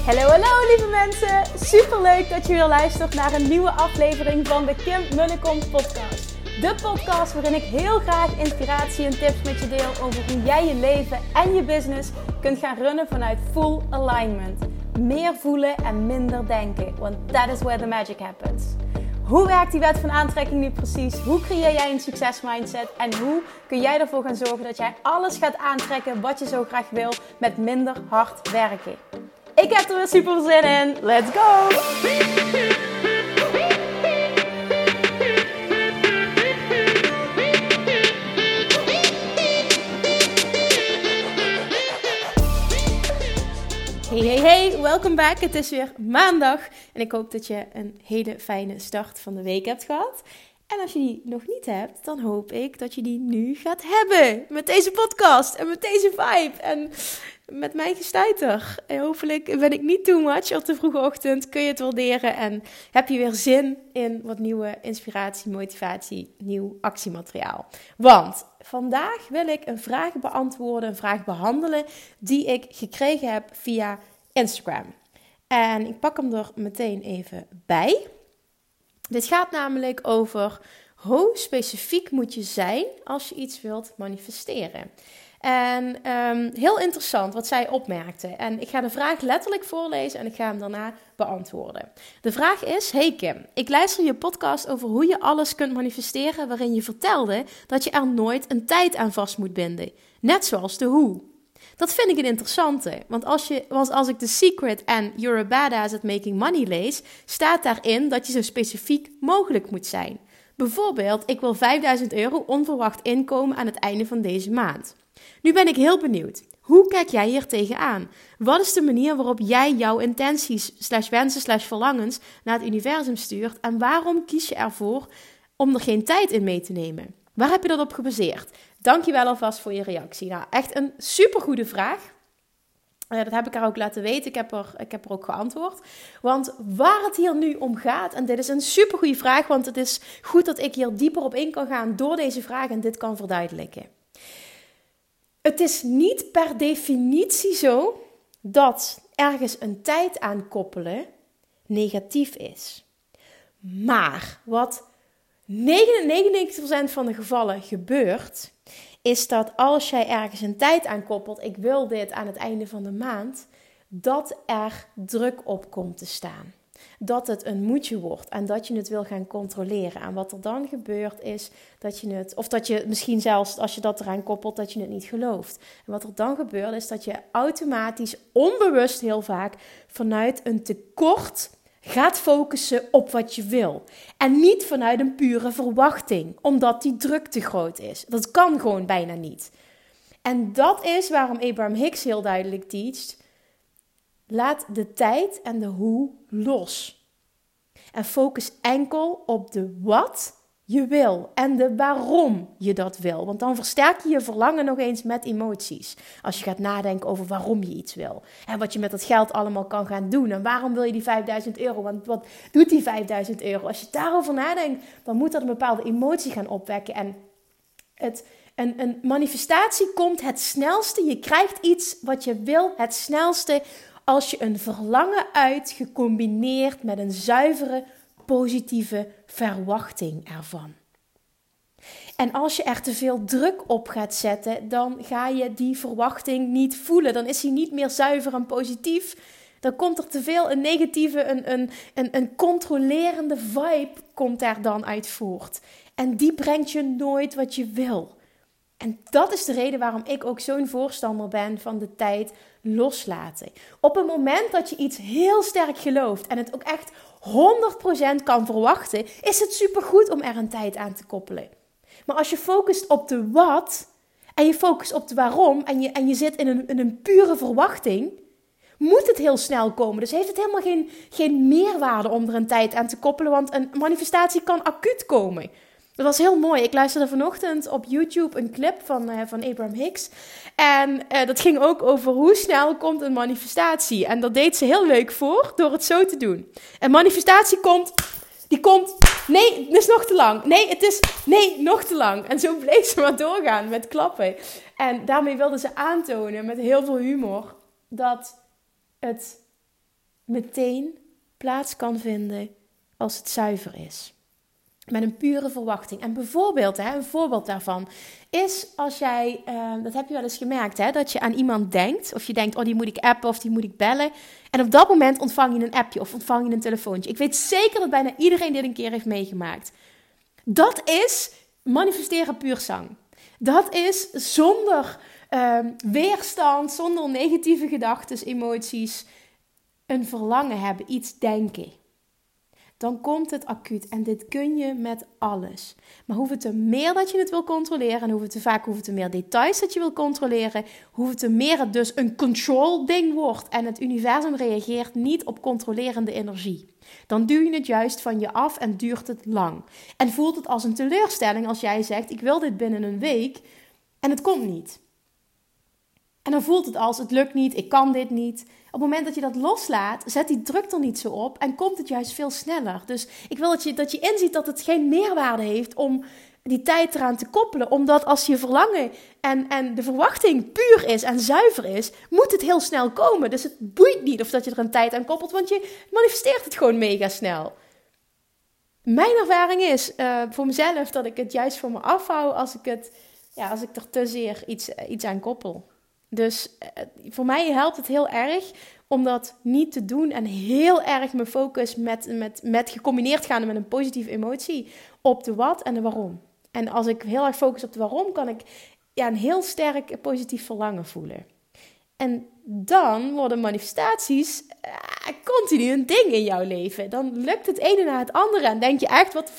Hallo lieve mensen, superleuk dat je weer luistert naar een nieuwe aflevering van de Kim Munnekom podcast. De podcast waarin ik heel graag inspiratie en tips met je deel over hoe jij je leven en je business kunt gaan runnen vanuit full alignment. Meer voelen en minder denken, want that is where the magic happens. Hoe werkt die wet van aantrekking nu precies? Hoe creëer jij een succesmindset? En hoe kun jij ervoor gaan zorgen dat jij alles gaat aantrekken wat je zo graag wil met minder hard werken? Ik heb er weer super zin in. Let's go! Hey, welkom back. Het is weer maandag en ik hoop dat je een hele fijne start van de week hebt gehad. En als je die nog niet hebt, dan hoop ik dat je die nu gaat hebben. Met deze podcast en met deze vibe en met mijn gestuiter. En hopelijk ben ik niet too much op de vroege ochtend. Kun je het waarderen en heb je weer zin in wat nieuwe inspiratie, motivatie, nieuw actiemateriaal. Want vandaag wil ik een vraag beantwoorden, een vraag behandelen die ik gekregen heb via Instagram. En ik pak hem er meteen even bij. Dit gaat namelijk over hoe specifiek moet je zijn als je iets wilt manifesteren. En heel interessant wat zij opmerkte. En ik ga de vraag letterlijk voorlezen en ik ga hem daarna beantwoorden. De vraag is: hey Kim, ik luister je podcast over hoe je alles kunt manifesteren, waarin je vertelde dat je er nooit een tijd aan vast moet binden. Net zoals de hoe. Dat vind ik een interessante, want als ik The Secret en You're a Badass at Making Money lees, staat daarin dat je zo specifiek mogelijk moet zijn. Bijvoorbeeld, ik wil €5.000 onverwacht inkomen aan het einde van deze maand. Nu ben ik heel benieuwd. Hoe kijk jij hier tegenaan? Wat is de manier waarop jij jouw intenties /wensen /verlangens naar het universum stuurt? En waarom kies je ervoor om er geen tijd in mee te nemen? Waar heb je dat op gebaseerd? Dankjewel alvast voor je reactie. Nou, echt een supergoede vraag. Dat heb ik haar ook laten weten. Ik heb er ook geantwoord. Want waar het hier nu om gaat, en dit is een supergoeie vraag, want het is goed dat ik hier dieper op in kan gaan door deze vraag en dit kan verduidelijken. Het is niet per definitie zo dat ergens een tijd aan koppelen negatief is. Maar wat 99% van de gevallen gebeurt, is dat als jij ergens een tijd aan koppelt, ik wil dit aan het einde van de maand, dat er druk op komt te staan. Dat het een moetje wordt en dat je het wil gaan controleren. En wat er dan gebeurt is dat je het, of dat je misschien zelfs als je dat eraan koppelt, dat je het niet gelooft. En wat er dan gebeurt is dat je automatisch, onbewust heel vaak, vanuit een tekort gaat focussen op wat je wil. En niet vanuit een pure verwachting, omdat die druk te groot is. Dat kan gewoon bijna niet. En dat is waarom Abraham Hicks heel duidelijk teacht: laat de tijd en de hoe los. En focus enkel op de wat je wil en de waarom je dat wil. Want dan versterk je je verlangen nog eens met emoties. Als je gaat nadenken over waarom je iets wil. En wat je met dat geld allemaal kan gaan doen. En waarom wil je die €5.000? Want wat doet die €5.000? Als je daarover nadenkt, dan moet dat een bepaalde emotie gaan opwekken. En een manifestatie komt het snelste. Je krijgt iets wat je wil het snelste als je een verlangen uit gecombineerd met een zuivere, positieve verwachting ervan. En als je er te veel druk op gaat zetten, dan ga je die verwachting niet voelen. Dan is die niet meer zuiver en positief. Dan komt er te veel een negatieve, een controlerende vibe komt daar dan uit voort. En die brengt je nooit wat je wil. En dat is de reden waarom ik ook zo'n voorstander ben van de tijd loslaten. Op het moment dat je iets heel sterk gelooft en het ook echt 100% kan verwachten, is het supergoed om er een tijd aan te koppelen. Maar als je focust op de wat en je focust op de waarom en je zit in een pure verwachting, moet het heel snel komen. Dus heeft het helemaal geen meerwaarde om er een tijd aan te koppelen, want een manifestatie kan acuut komen. Dat was heel mooi. Ik luisterde vanochtend op YouTube een clip van Abraham Hicks. En dat ging ook over hoe snel komt een manifestatie. En dat deed ze heel leuk voor door het zo te doen. Een manifestatie komt, nee, het is nog te lang. Nee, nog te lang. En zo bleef ze maar doorgaan met klappen. En daarmee wilde ze aantonen met heel veel humor dat het meteen plaats kan vinden als het zuiver is. Met een pure verwachting. En bijvoorbeeld, een voorbeeld daarvan is als jij, dat heb je wel eens gemerkt, dat je aan iemand denkt. Of je denkt, die moet ik appen of die moet ik bellen. En op dat moment ontvang je een appje of ontvang je een telefoontje. Ik weet zeker dat bijna iedereen dit een keer heeft meegemaakt. Dat is manifesteren puur zang. Dat is zonder weerstand, zonder negatieve gedachten, emoties, een verlangen hebben, iets denken. Dan komt het acuut. En dit kun je met alles. Maar hoeveel te meer dat je het wil controleren, en hoeveel te meer details dat je wil controleren, hoeveel te meer het dus een control ding wordt. En het universum reageert niet op controlerende energie. Dan duw je het juist van je af en duurt het lang. En voelt het als een teleurstelling als jij zegt, ik wil dit binnen een week en het komt niet. En dan voelt het als, het lukt niet, ik kan dit niet. Op het moment dat je dat loslaat, zet die druk er niet zo op en komt het juist veel sneller. Dus ik wil dat je inziet dat het geen meerwaarde heeft om die tijd eraan te koppelen. Omdat als je verlangen en de verwachting puur is en zuiver is, moet het heel snel komen. Dus het boeit niet of dat je er een tijd aan koppelt, want je manifesteert het gewoon mega snel. Mijn ervaring is voor mezelf dat ik het juist voor me afhoud als ik er te zeer iets aan koppel. Dus voor mij helpt het heel erg om dat niet te doen en heel erg mijn focus met gecombineerd gaande met een positieve emotie op de wat en de waarom. En als ik heel erg focus op de waarom, kan ik een heel sterk positief verlangen voelen. En dan worden manifestaties continu een ding in jouw leven. Dan lukt het ene na het andere en denk je echt, what the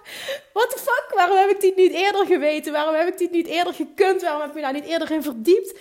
fuck, waarom heb ik dit niet eerder geweten? Waarom heb ik dit niet eerder gekund? Waarom heb ik me daar niet eerder in verdiept?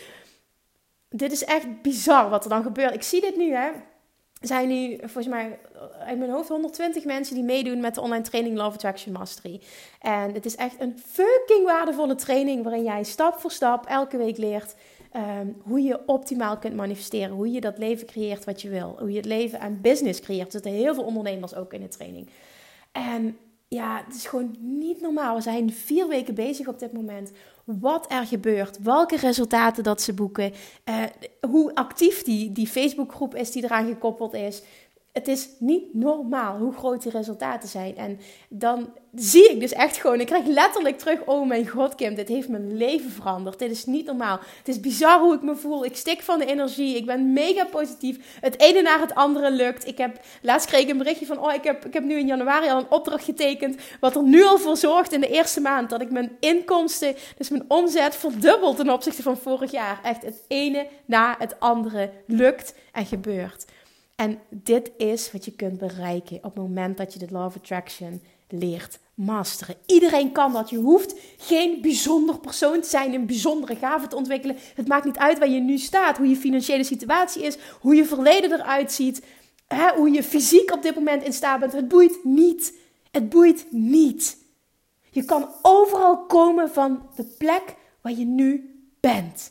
Dit is echt bizar wat er dan gebeurt. Ik zie dit nu, Er zijn nu, volgens mij, uit mijn hoofd 120 mensen die meedoen met de online training Law of Attraction Mastery. En het is echt een fucking waardevolle training waarin jij stap voor stap elke week leert hoe je optimaal kunt manifesteren. Hoe je dat leven creëert wat je wil. Hoe je het leven en business creëert. Er zitten heel veel ondernemers ook in de training. En ja, het is gewoon niet normaal. We zijn 4 weken bezig op dit moment. Wat er gebeurt, welke resultaten dat ze boeken, hoe actief die Facebookgroep is die eraan gekoppeld is. Het is niet normaal hoe groot die resultaten zijn. En dan zie ik dus echt gewoon, ik krijg letterlijk terug, oh mijn god Kim, dit heeft mijn leven veranderd. Dit is niet normaal. Het is bizar hoe ik me voel. Ik stik van de energie. Ik ben mega positief. Het ene naar het andere lukt. Laatst kreeg ik een berichtje van, ik heb nu in januari al een opdracht getekend, wat er nu al voor zorgt in de eerste maand, dat ik mijn inkomsten, dus mijn omzet, verdubbel ten opzichte van vorig jaar. Echt het ene na het andere lukt en gebeurt. En dit is wat je kunt bereiken op het moment dat je de Law of Attraction leert masteren. Iedereen kan dat. Je hoeft geen bijzonder persoon te zijn, een bijzondere gave te ontwikkelen. Het maakt niet uit waar je nu staat, hoe je financiële situatie is, hoe je verleden eruit ziet, hoe je fysiek op dit moment in staat bent. Het boeit niet. Het boeit niet. Je kan overal komen van de plek waar je nu bent.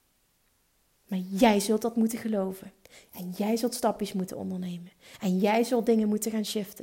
Maar jij zult dat moeten geloven. En jij zult stapjes moeten ondernemen. En jij zult dingen moeten gaan shiften.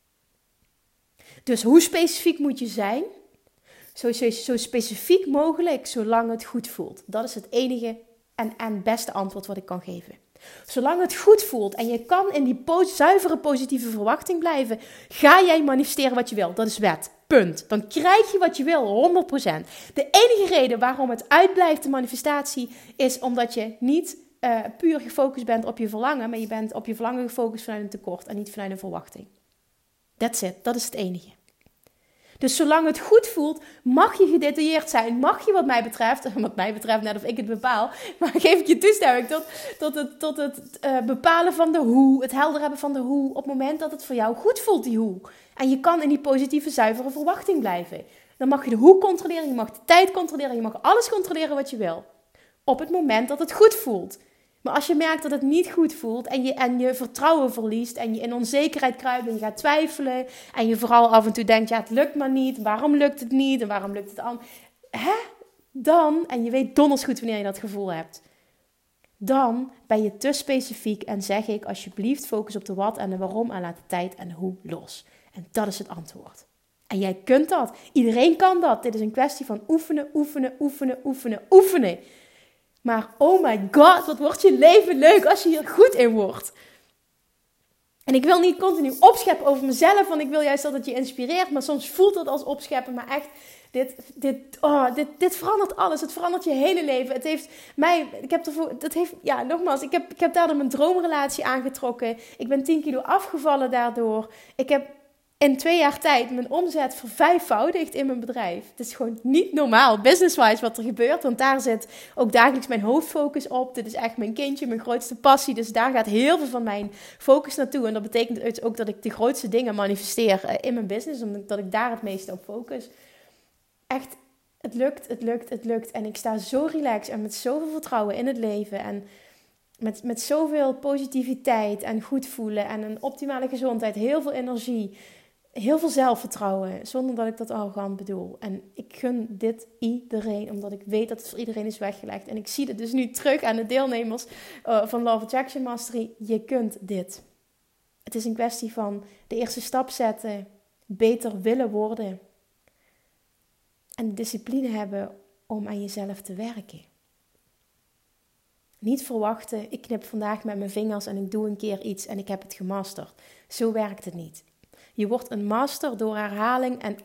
Dus hoe specifiek moet je zijn? Zo specifiek mogelijk, zolang het goed voelt. Dat is het enige en beste antwoord wat ik kan geven. Zolang het goed voelt en je kan in die zuivere positieve verwachting blijven, ga jij manifesteren wat je wil. Dat is wet. Punt. Dan krijg je wat je wil, 100%. De enige reden waarom het uitblijft, de manifestatie, is omdat je niet puur gefocust bent op je verlangen, maar je bent op je verlangen gefocust vanuit een tekort en niet vanuit een verwachting. That's it. Dat is het enige. Dus zolang het goed voelt, mag je gedetailleerd zijn. Mag je wat mij betreft, net of ik het bepaal, maar geef ik je toestemming tot het bepalen van de hoe, het helder hebben van de hoe, op het moment dat het voor jou goed voelt, die hoe. En je kan in die positieve, zuivere verwachting blijven. Dan mag je de hoe controleren, je mag de tijd controleren, je mag alles controleren wat je wil. Op het moment dat het goed voelt. Maar als je merkt dat het niet goed voelt en je vertrouwen verliest en je in onzekerheid kruipt en je gaat twijfelen en je vooral af en toe denkt, ja, het lukt maar niet, waarom lukt het niet en waarom lukt het anders? Dan, en je weet donders goed wanneer je dat gevoel hebt, dan ben je te specifiek en zeg ik alsjeblieft focus op de wat en de waarom en laat de tijd en de hoe los. En dat is het antwoord. En jij kunt dat. Iedereen kan dat. Dit is een kwestie van oefenen, oefenen, oefenen, oefenen, oefenen. Maar oh my god, wat wordt je leven leuk als je hier goed in wordt. En ik wil niet continu opscheppen over mezelf, want ik wil juist dat het je inspireert. Maar soms voelt dat als opscheppen. Maar echt, dit verandert alles. Het verandert je hele leven. Het heeft mij, ik heb daardoor mijn droomrelatie aangetrokken. Ik ben 10 kilo afgevallen daardoor. Ik heb in 2 jaar tijd mijn omzet vervijfvoudigd in mijn bedrijf. Het is gewoon niet normaal, business-wise, wat er gebeurt. Want daar zit ook dagelijks mijn hoofdfocus op. Dit is echt mijn kindje, mijn grootste passie. Dus daar gaat heel veel van mijn focus naartoe. En dat betekent dus ook dat ik de grootste dingen manifesteer in mijn business. Omdat ik daar het meeste op focus. Echt, het lukt. En ik sta zo relaxed en met zoveel vertrouwen in het leven. En met zoveel positiviteit en goed voelen. En een optimale gezondheid, heel veel energie. Heel veel zelfvertrouwen, zonder dat ik dat arrogant bedoel. En ik gun dit iedereen, omdat ik weet dat het voor iedereen is weggelegd. En ik zie het dus nu terug aan de deelnemers van Law of Attraction Mastery. Je kunt dit. Het is een kwestie van de eerste stap zetten, beter willen worden. En de discipline hebben om aan jezelf te werken. Niet verwachten, ik knip vandaag met mijn vingers en ik doe een keer iets en ik heb het gemasterd. Zo werkt het niet. Je wordt een master door herhaling en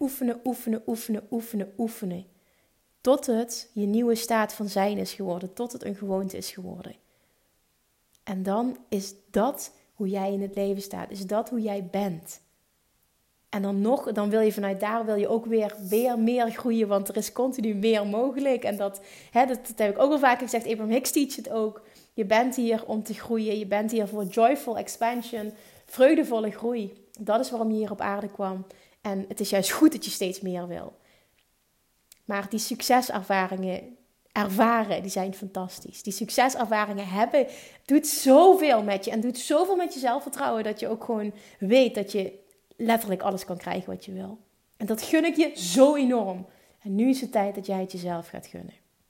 oefenen. Tot het je nieuwe staat van zijn is geworden. Tot het een gewoonte is geworden. En dan is dat hoe jij in het leven staat. Is dat hoe jij bent. En dan wil je vanuit daar ook weer meer groeien. Want er is continu meer mogelijk. En dat heb ik ook al vaker gezegd. Abraham Hicks teacht het ook. Je bent hier om te groeien. Je bent hier voor joyful expansion. Vreugdevolle groei. Dat is waarom je hier op aarde kwam. En het is juist goed dat je steeds meer wil. Maar die succeservaringen die zijn fantastisch. Die succeservaringen doet zoveel met je. En doet zoveel met je zelfvertrouwen. Dat je ook gewoon weet dat je letterlijk alles kan krijgen wat je wil. En dat gun ik je zo enorm. En nu is het tijd dat jij het jezelf gaat gunnen.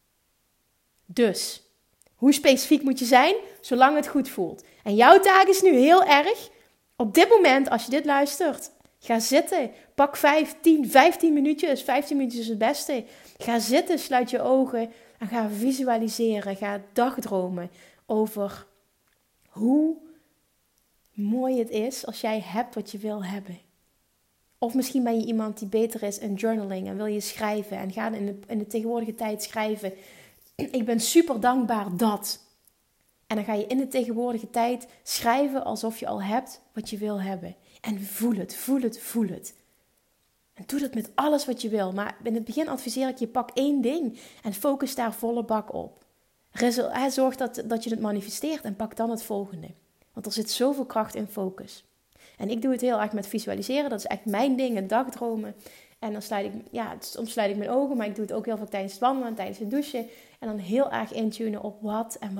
Dus, hoe specifiek moet je zijn? Zolang het goed voelt. En jouw taak is nu heel erg, op dit moment, als je dit luistert, ga zitten. Pak 15 minuutjes. 15 minuutjes is het beste. Ga zitten, sluit je ogen en ga visualiseren. Ga dagdromen over hoe mooi het is als jij hebt wat je wil hebben. Of misschien ben je iemand die beter is in journaling en wil je schrijven. En ga in de tegenwoordige tijd schrijven. Ik ben super dankbaar dat. En dan ga je in de tegenwoordige tijd schrijven alsof je al hebt wat je wil hebben. En voel het. En doe dat met alles wat je wil. Maar in het begin adviseer ik je, pak 1 ding en focus daar volle bak op. Zorg dat je het manifesteert en pak dan het volgende. Want er zit zoveel kracht in focus. En ik doe het heel erg met visualiseren. Dat is echt mijn ding, het dagdromen. En dan sluit ik mijn ogen, maar ik doe het ook heel vaak tijdens het wandelen en tijdens het douchen. En dan heel erg intunen op wat en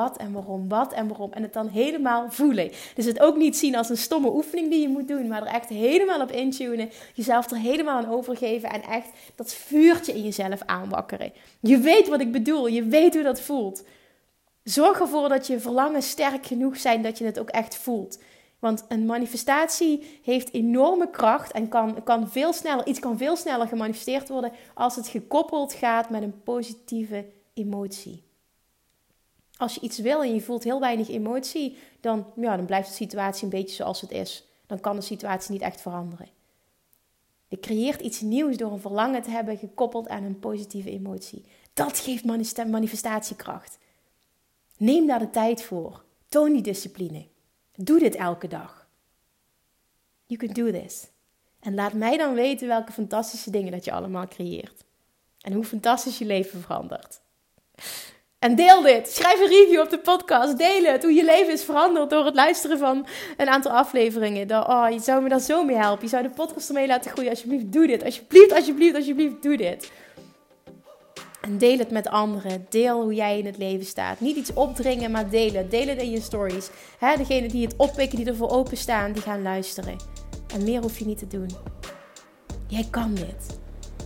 waarom. En het dan helemaal voelen. Dus het ook niet zien als een stomme oefening die je moet doen, maar er echt helemaal op intunen. Jezelf er helemaal aan overgeven en echt dat vuurtje in jezelf aanwakkeren. Je weet wat ik bedoel, je weet hoe dat voelt. Zorg ervoor dat je verlangen sterk genoeg zijn dat je het ook echt voelt. Want een manifestatie heeft enorme kracht en kan veel sneller gemanifesteerd worden als het gekoppeld gaat met een positieve emotie. Als je iets wil en je voelt heel weinig emotie, dan blijft de situatie een beetje zoals het is. Dan kan de situatie niet echt veranderen. Je creëert iets nieuws door een verlangen te hebben gekoppeld aan een positieve emotie. Dat geeft manifestatiekracht. Neem daar de tijd voor. Toon die discipline. Doe dit elke dag. You can do this. En laat mij dan weten welke fantastische dingen dat je allemaal creëert. En hoe fantastisch je leven verandert. En deel dit. Schrijf een review op de podcast. Deel het. Hoe je leven is veranderd door het luisteren van een aantal afleveringen. Je zou me daar zo mee helpen. Je zou de podcast ermee laten groeien. Alsjeblieft, doe dit. Alsjeblieft, doe dit. En deel het met anderen. Deel hoe jij in het leven staat. Niet iets opdringen, maar delen. Deel het in je stories. Degenen die het oppikken, die ervoor openstaan, die gaan luisteren. En meer hoef je niet te doen. Jij kan dit.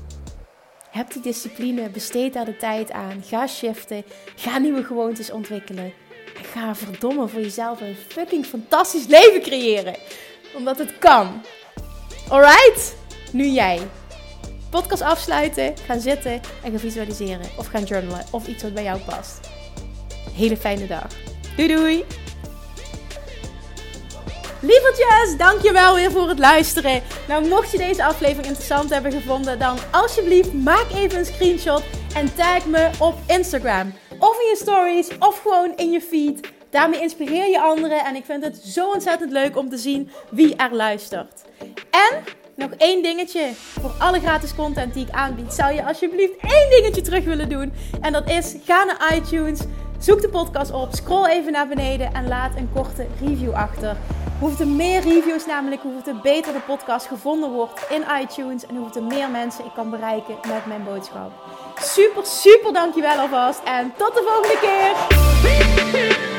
Heb die discipline, besteed daar de tijd aan. Ga shiften. Ga nieuwe gewoontes ontwikkelen. En ga verdomme voor jezelf een fucking fantastisch leven creëren. Omdat het kan. Alright? Nu jij. Podcast afsluiten, gaan zitten en gaan visualiseren. Of gaan journalen. Of iets wat bij jou past. Hele fijne dag. Doei doei! Lievertjes, dankjewel weer voor het luisteren. Nou, mocht je deze aflevering interessant hebben gevonden, dan alsjeblieft maak even een screenshot en tag me op Instagram. Of in je stories, of gewoon in je feed. Daarmee inspireer je anderen en ik vind het zo ontzettend leuk om te zien wie er luistert. En nog één dingetje. Voor alle gratis content die ik aanbied, zou je alsjeblieft één dingetje terug willen doen. En dat is, ga naar iTunes, zoek de podcast op, scroll even naar beneden en laat een korte review achter. Hoeveel meer reviews namelijk, hoeveel beter de podcast gevonden wordt in iTunes. En hoeveel meer mensen ik kan bereiken met mijn boodschap. Super, super dankjewel alvast. En tot de volgende keer.